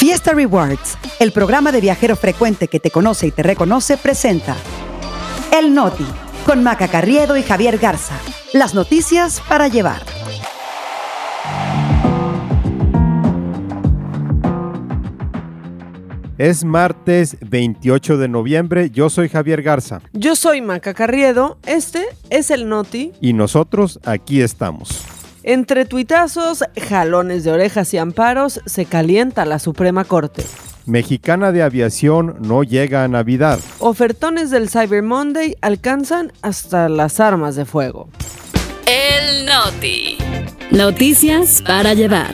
Fiesta Rewards, el programa de viajero frecuente que te conoce y te reconoce, presenta El Noti, con Maca Carriedo y Javier Garza. Las noticias para llevar. Es martes 28 de noviembre, yo soy Javier Garza. Yo soy Maca Carriedo, este es El Noti. Y nosotros aquí estamos. Entre tuitazos, jalones de orejas y amparos, se calienta la Suprema Corte. Mexicana de Aviación no llega a Navidad. Ofertones del Cyber Monday alcanzan hasta las armas de fuego. El Noti. Noticias para llevar.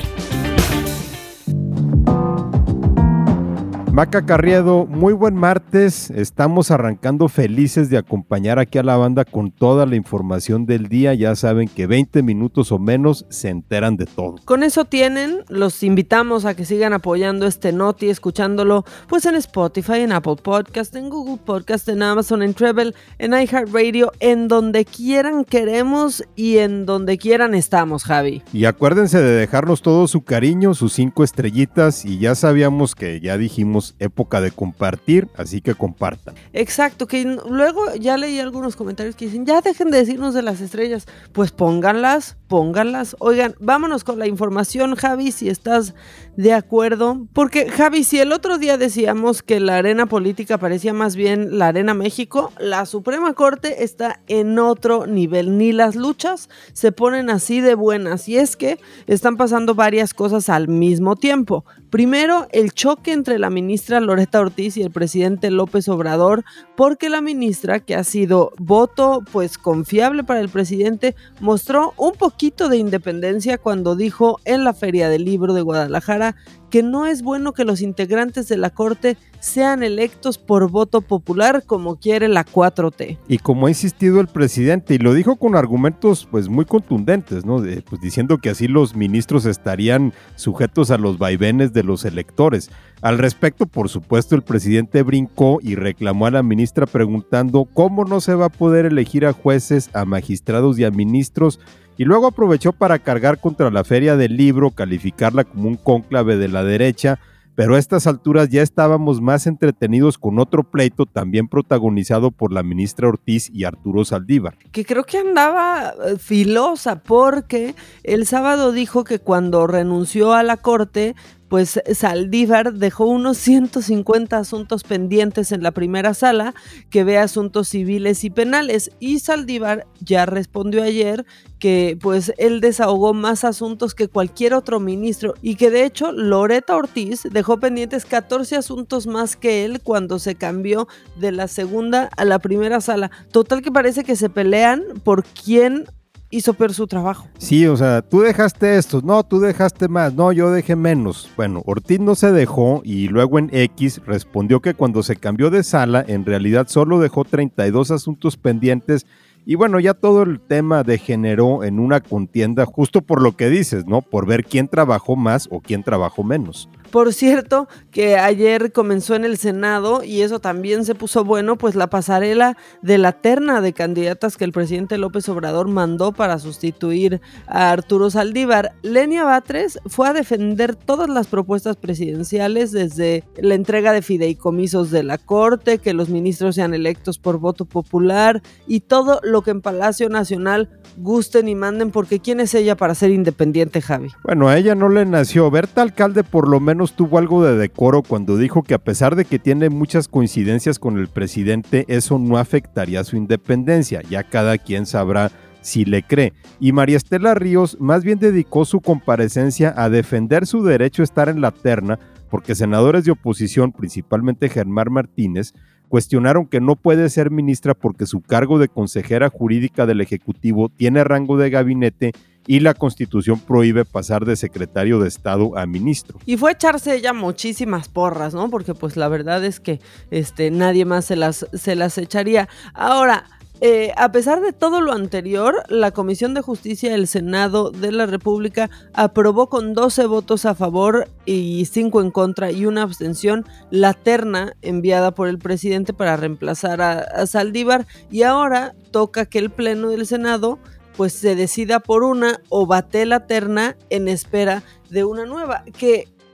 Maca Carriedo, muy buen martes. Estamos arrancando felices de acompañar aquí a la banda con toda la información del día. Ya saben que 20 minutos o menos se enteran de todo. Con eso tienen, los invitamos a que sigan apoyando este Noti, escuchándolo pues en Spotify, en Apple Podcast, en Google Podcast, en Amazon, en Treble, en iHeartRadio, en donde quieran queremos y en donde quieran estamos, Javi. Y acuérdense de dejarnos todo su cariño, sus 5 estrellitas, y ya sabíamos que ya dijimos época de compartir, así que compartan. Exacto, que luego ya leí algunos comentarios que dicen, ya dejen de decirnos de las estrellas, pues pónganlas. Oigan, vámonos con la información, Javi, si estás de acuerdo, porque Javi, si el otro día decíamos que la arena política parecía más bien la arena México, la Suprema Corte está en otro nivel, ni las luchas se ponen así de buenas, y es que están pasando varias cosas al mismo tiempo. Primero, el choque entre la ministra Loretta Ortiz y el presidente López Obrador, porque la ministra, que ha sido voto pues confiable para el presidente, mostró un poquito de independencia cuando dijo en la Feria del Libro de Guadalajara que no es bueno que los integrantes de la Corte sean electos por voto popular como quiere la 4T. Y como ha insistido el presidente, y lo dijo con argumentos pues muy contundentes, ¿no? Pues diciendo que así los ministros estarían sujetos a los vaivenes de los electores. Al respecto, por supuesto, el presidente brincó y reclamó a la ministra preguntando cómo no se va a poder elegir a jueces, a magistrados y a ministros. Y luego aprovechó para cargar contra la Feria del Libro, calificarla como un cónclave de la derecha, pero a estas alturas ya estábamos más entretenidos con otro pleito también protagonizado por la ministra Ortiz y Arturo Saldívar. Que creo que andaba filosa porque el sábado dijo que cuando renunció a la Corte, pues Saldívar dejó unos 150 asuntos pendientes en la primera sala que ve asuntos civiles y penales, y Saldívar ya respondió ayer que pues él desahogó más asuntos que cualquier otro ministro y que de hecho Loretta Ortiz dejó pendientes 14 asuntos más que él cuando se cambió de la segunda a la primera sala. Total que parece que se pelean por quién hizo peor su trabajo. Sí, o sea, tú dejaste estos, no, tú dejaste más, no, yo dejé menos. Bueno, Ortiz no se dejó y luego en X respondió que cuando se cambió de sala, en realidad solo dejó 32 asuntos pendientes. Y bueno, ya todo el tema degeneró en una contienda justo por lo que dices, ¿no? Por ver quién trabajó más o quién trabajó menos. Por cierto, que ayer comenzó en el Senado y eso también se puso bueno, pues la pasarela de la terna de candidatas que el presidente López Obrador mandó para sustituir a Arturo Saldívar. Lenia Batres fue a defender todas las propuestas presidenciales, desde la entrega de fideicomisos de la Corte, que los ministros sean electos por voto popular y todo lo que en Palacio Nacional gusten y manden, porque ¿quién es ella para ser independiente, Javi? Bueno, a ella no le nació. Berta Alcalde por lo menos tuvo algo de decoro cuando dijo que a pesar de que tiene muchas coincidencias con el presidente, eso no afectaría su independencia. Ya cada quien sabrá si le cree. Y María Estela Ríos más bien dedicó su comparecencia a defender su derecho a estar en la terna, porque senadores de oposición, principalmente Germán Martínez, cuestionaron que no puede ser ministra porque su cargo de consejera jurídica del Ejecutivo tiene rango de gabinete y la Constitución prohíbe pasar de secretario de Estado a ministro. Y fue echarse ella muchísimas porras, ¿no? Porque pues la verdad es que nadie más se las echaría. Ahora, a pesar de todo lo anterior, la Comisión de Justicia del Senado de la República aprobó con 12 votos a favor y 5 en contra y una abstención la terna enviada por el presidente para reemplazar a Saldívar, y ahora toca que el Pleno del Senado pues se decida por una o bate la terna en espera de una nueva, que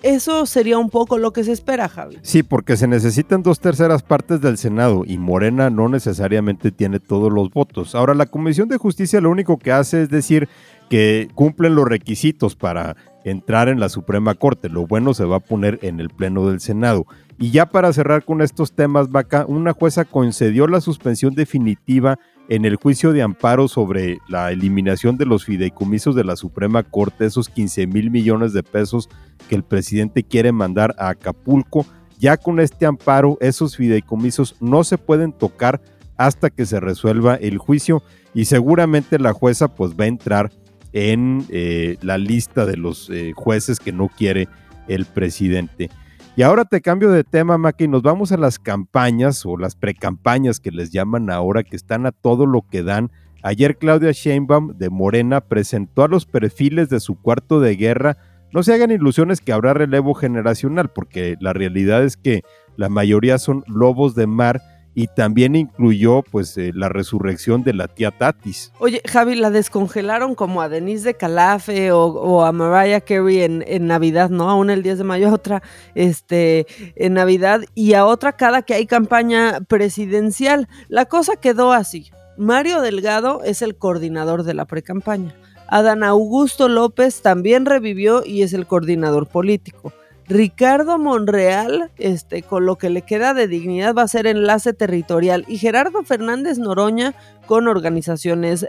eso sería un poco lo que se espera, Javi. Sí, porque se necesitan 2/3 partes del Senado y Morena no necesariamente tiene todos los votos. Ahora, la Comisión de Justicia lo único que hace es decir que cumplen los requisitos para entrar en la Suprema Corte. Lo bueno se va a poner en el Pleno del Senado. Y ya para cerrar con estos temas, Vaca, una jueza concedió la suspensión definitiva en el juicio de amparo sobre la eliminación de los fideicomisos de la Suprema Corte, esos 15,000 millones de pesos que el presidente quiere mandar a Acapulco. Ya con este amparo, esos fideicomisos no se pueden tocar hasta que se resuelva el juicio y seguramente la jueza pues va a entrar en la lista de los jueces que no quiere el presidente. Y ahora te cambio de tema, Maca, y nos vamos a las campañas o las precampañas que les llaman ahora, que están a todo lo que dan. Ayer Claudia Sheinbaum de Morena presentó a los perfiles de su cuarto de guerra. No se hagan ilusiones que habrá relevo generacional, porque la realidad es que la mayoría son lobos de mar y también incluyó pues la resurrección de la tía Tatis. Oye, Javi, la descongelaron como a Denise de Calafe o a Mariah Carey en Navidad, ¿no? A una el 10 de mayo, a otra en Navidad y a otra cada que hay campaña presidencial. La cosa quedó así. Mario Delgado es el coordinador de la precampaña. Adán Augusto López también revivió y es el coordinador político. Ricardo Monreal, con lo que le queda de dignidad, va a ser enlace territorial, y Gerardo Fernández Noroña con organizaciones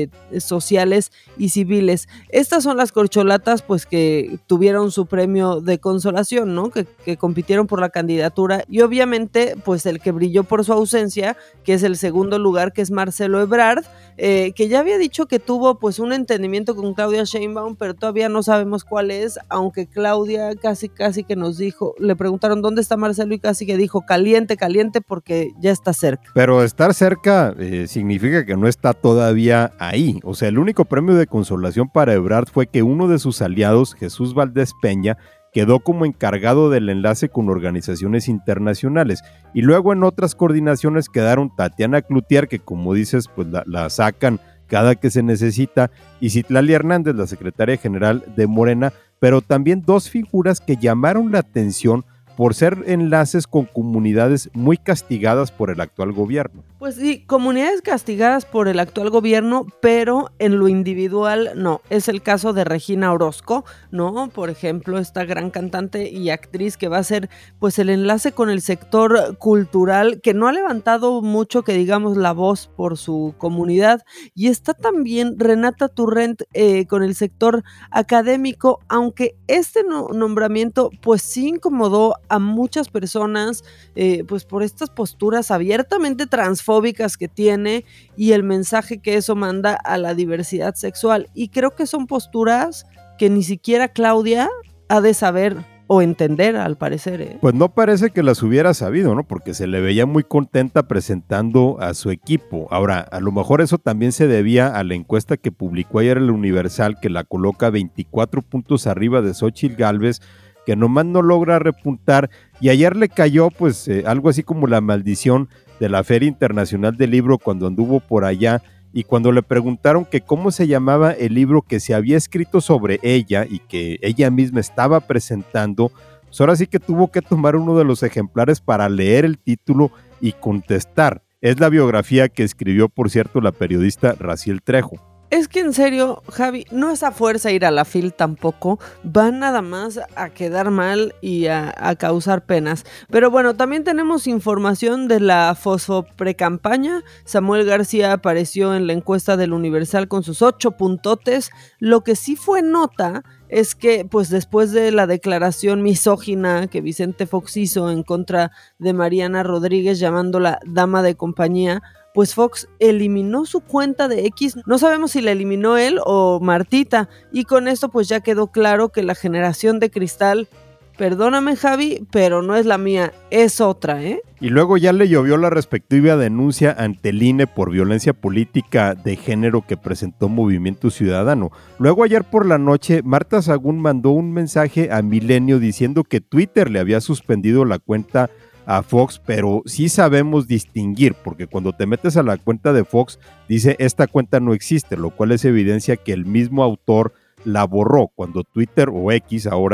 sociales y civiles. Estas son las corcholatas pues que tuvieron su premio de consolación, ¿no? Que compitieron por la candidatura, y obviamente pues el que brilló por su ausencia, que es el segundo lugar, que es Marcelo Ebrard, que ya había dicho que tuvo pues un entendimiento con Claudia Sheinbaum, pero todavía no sabemos cuál es, aunque Claudia casi que nos dijo, le preguntaron dónde está Marcelo y casi que dijo caliente porque ya está cerca. Pero estar cerca significa que no está todavía ahí. O sea, el único premio de consolación para Ebrard fue que uno de sus aliados, Jesús Valdés Peña, quedó como encargado del enlace con organizaciones internacionales, y luego en otras coordinaciones quedaron Tatiana Cloutier, que como dices pues la sacan cada que se necesita, y Citlali Hernández, la secretaria general de Morena, pero también dos figuras que llamaron la atención por ser enlaces con comunidades muy castigadas por el actual gobierno. Pues sí, comunidades castigadas por el actual gobierno, pero en lo individual no. Es el caso de Regina Orozco, ¿no? Por ejemplo, esta gran cantante y actriz que va a ser pues el enlace con el sector cultural, que no ha levantado mucho, que digamos, la voz por su comunidad. Y está también Renata Turrent con el sector académico, aunque este nombramiento pues sí incomodó a muchas personas pues por estas posturas abiertamente transfóbicas que tiene y el mensaje que eso manda a la diversidad sexual, y creo que son posturas que ni siquiera Claudia ha de saber o entender, al parecer. Pues no parece que las hubiera sabido, ¿no? Porque se le veía muy contenta presentando a su equipo. Ahora, a lo mejor eso también se debía a la encuesta que publicó ayer el Universal, que la coloca 24 puntos arriba de Xóchitl Gálvez, que nomás no logra repuntar, y ayer le cayó pues algo así como la maldición de la Feria Internacional del Libro cuando anduvo por allá, y cuando le preguntaron que cómo se llamaba el libro que se había escrito sobre ella y que ella misma estaba presentando, pues ahora sí que tuvo que tomar uno de los ejemplares para leer el título y contestar. Es la biografía que escribió, por cierto, la periodista Raciel Trejo. Es que en serio, Javi, no es a fuerza ir a la FIL tampoco, van nada más a quedar mal y a causar penas. Pero bueno, también tenemos información de la fosfoprecampaña. Samuel García apareció en la encuesta del Universal con sus 8 puntotes. Lo que sí fue nota es que pues después de la declaración misógina que Vicente Fox hizo en contra de Mariana Rodríguez, llamándola dama de compañía, pues Fox eliminó su cuenta de X. No sabemos si la eliminó él o Martita, y con esto pues ya quedó claro que la generación de cristal, perdóname Javi, pero no es la mía, es otra, ¿eh? Y luego ya le llovió la respectiva denuncia ante el INE por violencia política de género que presentó Movimiento Ciudadano. Luego ayer por la noche, Marta Sagún mandó un mensaje a Milenio diciendo que Twitter le había suspendido la cuenta a Fox, pero sí sabemos distinguir, porque cuando te metes a la cuenta de Fox, dice esta cuenta no existe, lo cual es evidencia que el mismo autor la borró, cuando Twitter o X ahora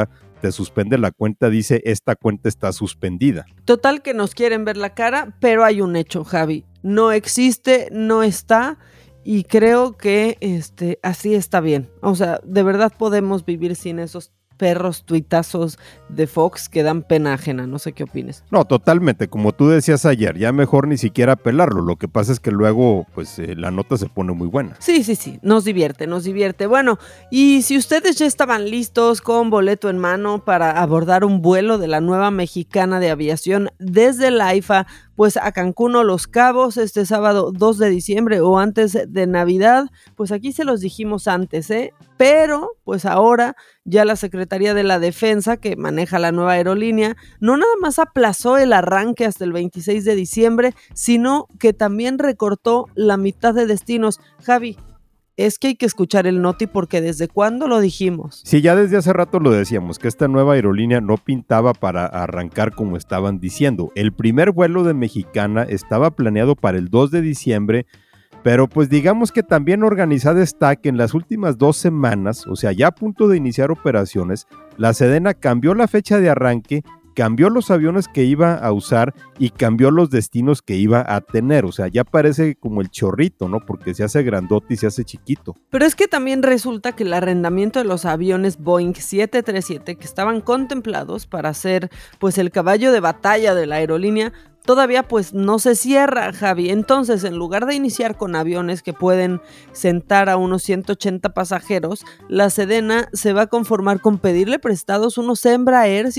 te suspende la cuenta dice esta cuenta está suspendida. Total que nos quieren ver la cara, pero hay un hecho, Javi. No existe, no está, y creo que así está bien. O sea, de verdad podemos vivir sin esos perros tuitazos de Fox que dan pena ajena, no sé qué opines. No, totalmente, como tú decías ayer, ya mejor ni siquiera pelarlo, lo que pasa es que luego pues la nota se pone muy buena. Sí, nos divierte. Bueno, y si ustedes ya estaban listos con boleto en mano para abordar un vuelo de la nueva Mexicana de Aviación desde la AIFA, pues a Cancún o Los Cabos este sábado 2 de diciembre o antes de Navidad, pues aquí se los dijimos antes, pero pues ahora ya la Secretaría de la Defensa, que maneja la nueva aerolínea, no nada más aplazó el arranque hasta el 26 de diciembre, sino que también recortó la mitad de destinos. Javi, es que hay que escuchar el noti porque ¿desde cuándo lo dijimos? Sí, ya desde hace rato lo decíamos, que esta nueva aerolínea no pintaba para arrancar como estaban diciendo. El primer vuelo de Mexicana estaba planeado para el 2 de diciembre, pero pues digamos que también organizada está que en las últimas 2 semanas, o sea, ya a punto de iniciar operaciones, la Sedena cambió la fecha de arranque, cambió los aviones que iba a usar y cambió los destinos que iba a tener. O sea, ya parece como el chorrito, ¿no? Porque se hace grandote y se hace chiquito. Pero es que también resulta que el arrendamiento de los aviones Boeing 737 que estaban contemplados para ser pues el caballo de batalla de la aerolínea todavía pues no se cierra, Javi. Entonces, en lugar de iniciar con aviones que pueden sentar a unos 180 pasajeros, la Sedena se va a conformar con pedirle prestados unos Embraer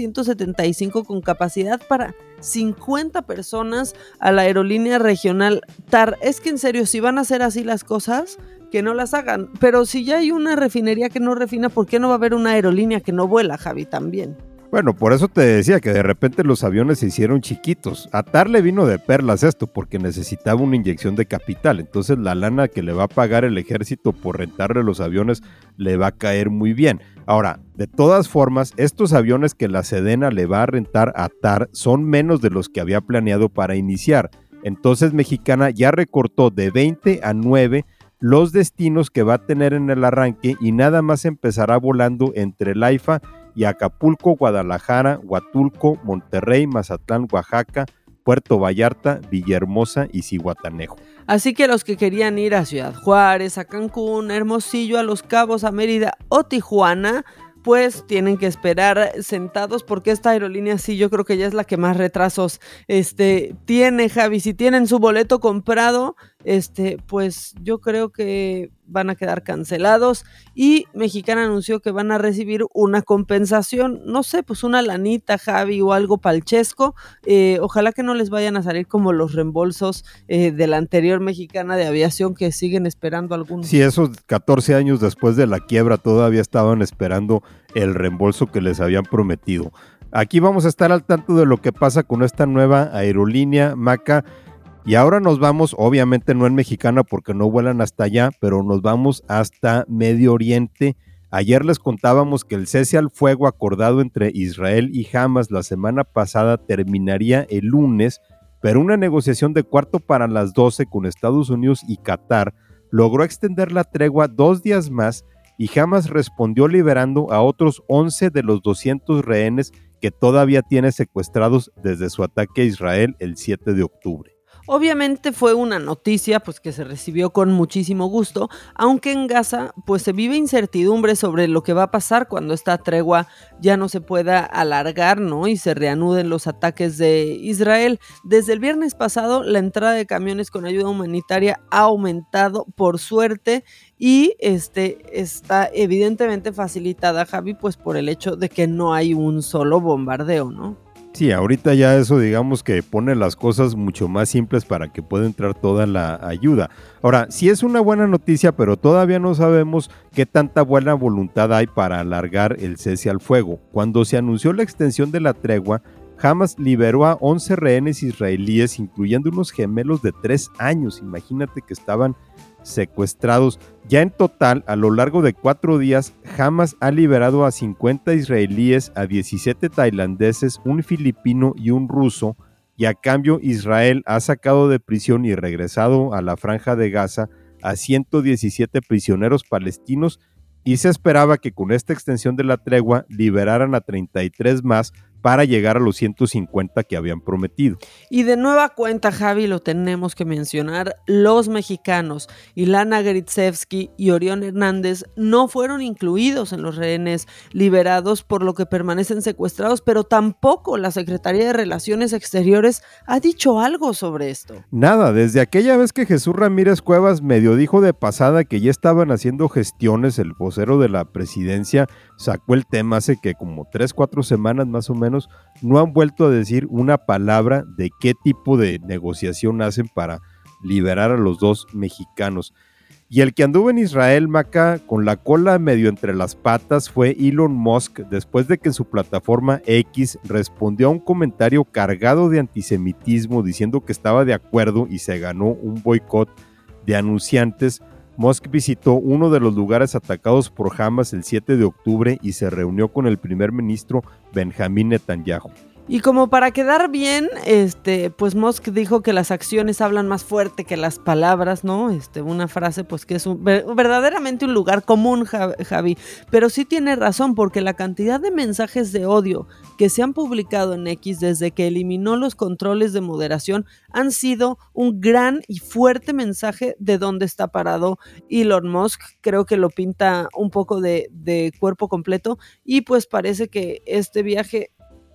175 con capacidad para 50 personas a la aerolínea regional TAR. Es que en serio, si van a hacer así las cosas, que no las hagan. Pero si ya hay una refinería que no refina, ¿por qué no va a haber una aerolínea que no vuela, Javi, también? Bueno, por eso te decía que de repente los aviones se hicieron chiquitos. A TAR le vino de perlas esto porque necesitaba una inyección de capital. Entonces la lana que le va a pagar el ejército por rentarle los aviones le va a caer muy bien. Ahora, de todas formas, estos aviones que la Sedena le va a rentar a TAR son menos de los que había planeado para iniciar. Entonces Mexicana ya recortó de 20 a 9 los destinos que va a tener en el arranque y nada más empezará volando entre el AIFA y Acapulco, Guadalajara, Huatulco, Monterrey, Mazatlán, Oaxaca, Puerto Vallarta, Villahermosa y Zihuatanejo. Así que los que querían ir a Ciudad Juárez, a Cancún, a Hermosillo, a Los Cabos, a Mérida o Tijuana, pues tienen que esperar sentados porque esta aerolínea sí, yo creo que ya es la que más retrasos tiene, Javi. Si tienen su boleto comprado, pues yo creo que van a quedar cancelados y Mexicana anunció que van a recibir una compensación, no sé, pues una lanita, Javi, o algo palchesco. Ojalá que no les vayan a salir como los reembolsos de la anterior Mexicana de Aviación que siguen esperando algunos. Sí, esos 14 años después de la quiebra todavía estaban esperando el reembolso que les habían prometido. Aquí vamos a estar al tanto de lo que pasa con esta nueva aerolínea, Maca. Y ahora nos vamos, obviamente no en Mexicana porque no vuelan hasta allá, pero nos vamos hasta Medio Oriente. Ayer les contábamos que el cese al fuego acordado entre Israel y Hamas la semana pasada terminaría el lunes, pero una negociación de cuarto para las 12 con Estados Unidos y Qatar logró extender la tregua 2 días más y Hamas respondió liberando a otros 11 de los 200 rehenes que todavía tiene secuestrados desde su ataque a Israel el 7 de octubre. Obviamente fue una noticia pues que se recibió con muchísimo gusto, aunque en Gaza pues se vive incertidumbre sobre lo que va a pasar cuando esta tregua ya no se pueda alargar, ¿no? Y se reanuden los ataques de Israel. Desde el viernes pasado la entrada de camiones con ayuda humanitaria ha aumentado por suerte y está evidentemente facilitada, Javi, pues por el hecho de que no hay un solo bombardeo, ¿no? Sí, ahorita ya eso digamos que pone las cosas mucho más simples para que pueda entrar toda la ayuda. Ahora, sí es una buena noticia, pero todavía no sabemos qué tanta buena voluntad hay para alargar el cese al fuego. Cuando se anunció la extensión de la tregua, Hamas liberó a 11 rehenes israelíes, incluyendo unos gemelos de 3 años. Imagínate que estaban secuestrados. Ya en total, a lo largo de 4 días, Hamas ha liberado a 50 israelíes, a 17 tailandeses, un filipino y un ruso, y a cambio Israel ha sacado de prisión y regresado a la Franja de Gaza a 117 prisioneros palestinos y se esperaba que con esta extensión de la tregua liberaran a 33 más para llegar a los 150 que habían prometido. Y de nueva cuenta, Javi, lo tenemos que mencionar, los mexicanos, Ilana Gritsevsky y Orión Hernández, no fueron incluidos en los rehenes liberados, por lo que permanecen secuestrados, pero tampoco la Secretaría de Relaciones Exteriores ha dicho algo sobre esto. Nada, desde aquella vez que Jesús Ramírez Cuevas medio dijo de pasada que ya estaban haciendo gestiones, el vocero de la presidencia sacó el tema hace que como 3-4 semanas más o menos, no han vuelto a decir una palabra de qué tipo de negociación hacen para liberar a los dos mexicanos. Y el que anduvo en Israel, Maca, con la cola medio entre las patas fue Elon Musk, después de que en su plataforma X respondió a un comentario cargado de antisemitismo diciendo que estaba de acuerdo y se ganó un boicot de anunciantes. Musk visitó uno de los lugares atacados por Hamas el 7 de octubre y se reunió con el primer ministro Benjamín Netanyahu. Y como para quedar bien, pues Musk dijo que las acciones hablan más fuerte que las palabras, ¿no? Una frase pues que es verdaderamente un lugar común, Javi, pero sí tiene razón, porque la cantidad de mensajes de odio que se han publicado en X desde que eliminó los controles de moderación han sido un gran y fuerte mensaje de dónde está parado Elon Musk. Creo que lo pinta un poco de cuerpo completo, y pues parece que este viaje,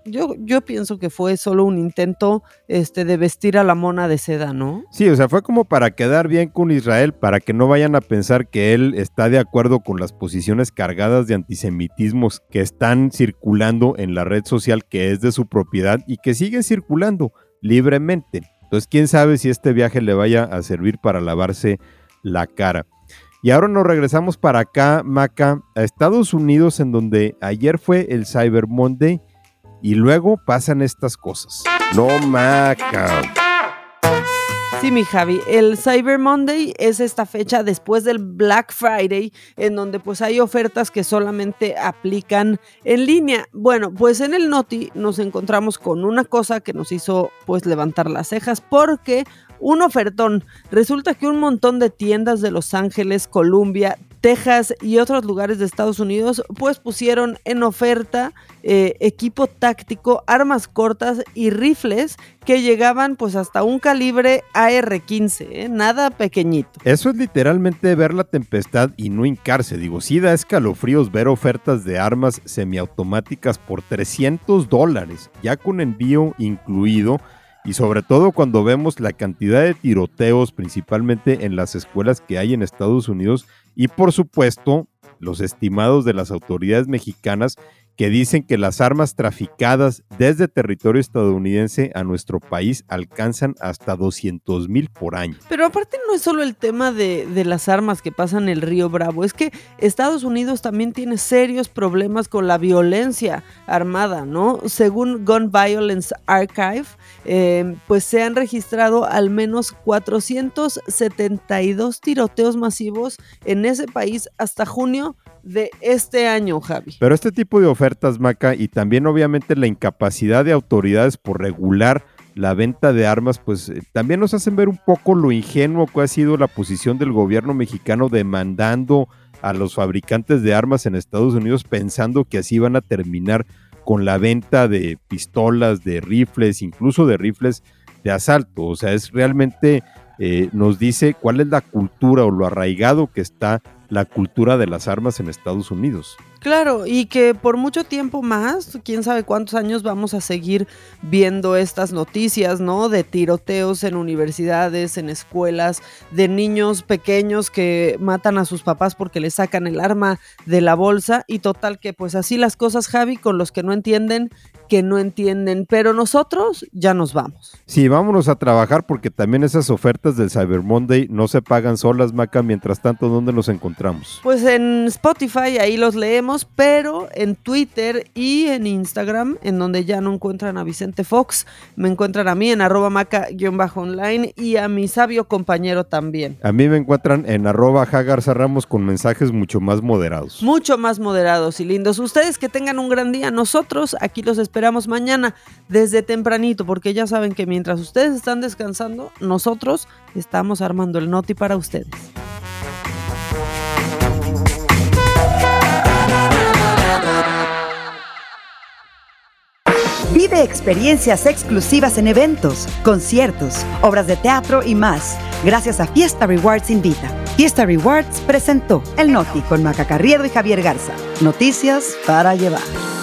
yo pienso que fue solo un intento de vestir a la mona de seda, ¿no? Sí, o sea, fue como para quedar bien con Israel, para que no vayan a pensar que él está de acuerdo con las posiciones cargadas de antisemitismos que están circulando en la red social que es de su propiedad y que siguen circulando libremente. Entonces, quién sabe si este viaje le vaya a servir para lavarse la cara. Y ahora nos regresamos para acá, Maca, a Estados Unidos, en donde ayer fue el Cyber Monday. Y luego pasan estas cosas. No, Maca. Sí, mi Javi, el Cyber Monday es esta fecha después del Black Friday, en donde pues hay ofertas que solamente aplican en línea. Bueno, pues en el Noti nos encontramos con una cosa que nos hizo pues levantar las cejas, porque un ofertón. Resulta que un montón de tiendas de Los Ángeles, Columbia, Texas y otros lugares de Estados Unidos pues pusieron en oferta equipo táctico, armas cortas y rifles que llegaban pues hasta un calibre AR-15, nada pequeñito. Eso es literalmente ver la tempestad y no hincarse. Digo, sí da escalofríos ver ofertas de armas semiautomáticas por $300, ya con envío incluido. Y sobre todo cuando vemos la cantidad de tiroteos, principalmente en las escuelas que hay en Estados Unidos, y por supuesto los estimados de las autoridades mexicanas que dicen que las armas traficadas desde territorio estadounidense a nuestro país alcanzan hasta 200,000 por año. Pero aparte no es solo el tema de las armas que pasan el río Bravo, es que Estados Unidos también tiene serios problemas con la violencia armada, ¿no? Según Gun Violence Archive, pues se han registrado al menos 472 tiroteos masivos en ese país hasta junio de este año, Javi. Pero este tipo de ofertas, Maca, y también obviamente la incapacidad de autoridades por regular la venta de armas, pues también nos hacen ver un poco lo ingenuo que ha sido la posición del gobierno mexicano demandando a los fabricantes de armas en Estados Unidos, pensando que así van a terminar con la venta de pistolas, de rifles, incluso de rifles de asalto. O sea, es realmente nos dice cuál es la cultura o lo arraigado que está la cultura de las armas en Estados Unidos. Claro, y que por mucho tiempo más, quién sabe cuántos años vamos a seguir viendo estas noticias, ¿no? De tiroteos en universidades, en escuelas, de niños pequeños que matan a sus papás porque les sacan el arma de la bolsa, y total que pues así las cosas, Javi, con los que no entienden, pero nosotros ya nos vamos. Sí, vámonos a trabajar, porque también esas ofertas del Cyber Monday no se pagan solas, Maca. Mientras tanto, ¿dónde nos encontramos? Pues en Spotify, ahí los leemos, pero en Twitter y en Instagram, en donde ya no encuentran a Vicente Fox, me encuentran a mí en @maca_online y a mi sabio compañero también. A mí me encuentran en @jagarzarramos con mensajes mucho más moderados. Mucho más moderados y lindos. Ustedes que tengan un gran día. Nosotros aquí los esperamos mañana desde tempranito, porque ya saben que mientras ustedes están descansando, nosotros estamos armando el Noti para ustedes. Vive experiencias exclusivas en eventos, conciertos, obras de teatro y más, gracias a Fiesta Rewards Invita. Fiesta Rewards presentó El Noti con Maca Carriedo y Javier Garza. Noticias para llevar.